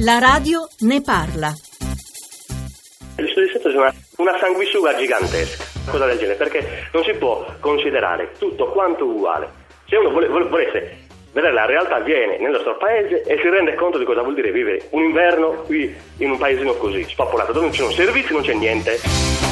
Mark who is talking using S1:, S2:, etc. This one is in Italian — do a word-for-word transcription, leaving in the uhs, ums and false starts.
S1: La radio ne parla.
S2: Il Sud di Stato è una, una sanguisuga gigantesca, cosa del genere, perché non si può considerare tutto quanto uguale. Se uno vuole, vuole, volesse vedere la realtà, viene nel nostro paese e si rende conto di cosa vuol dire vivere un inverno qui in un paesino così spopolato, dove non ci sono servizi, non c'è niente.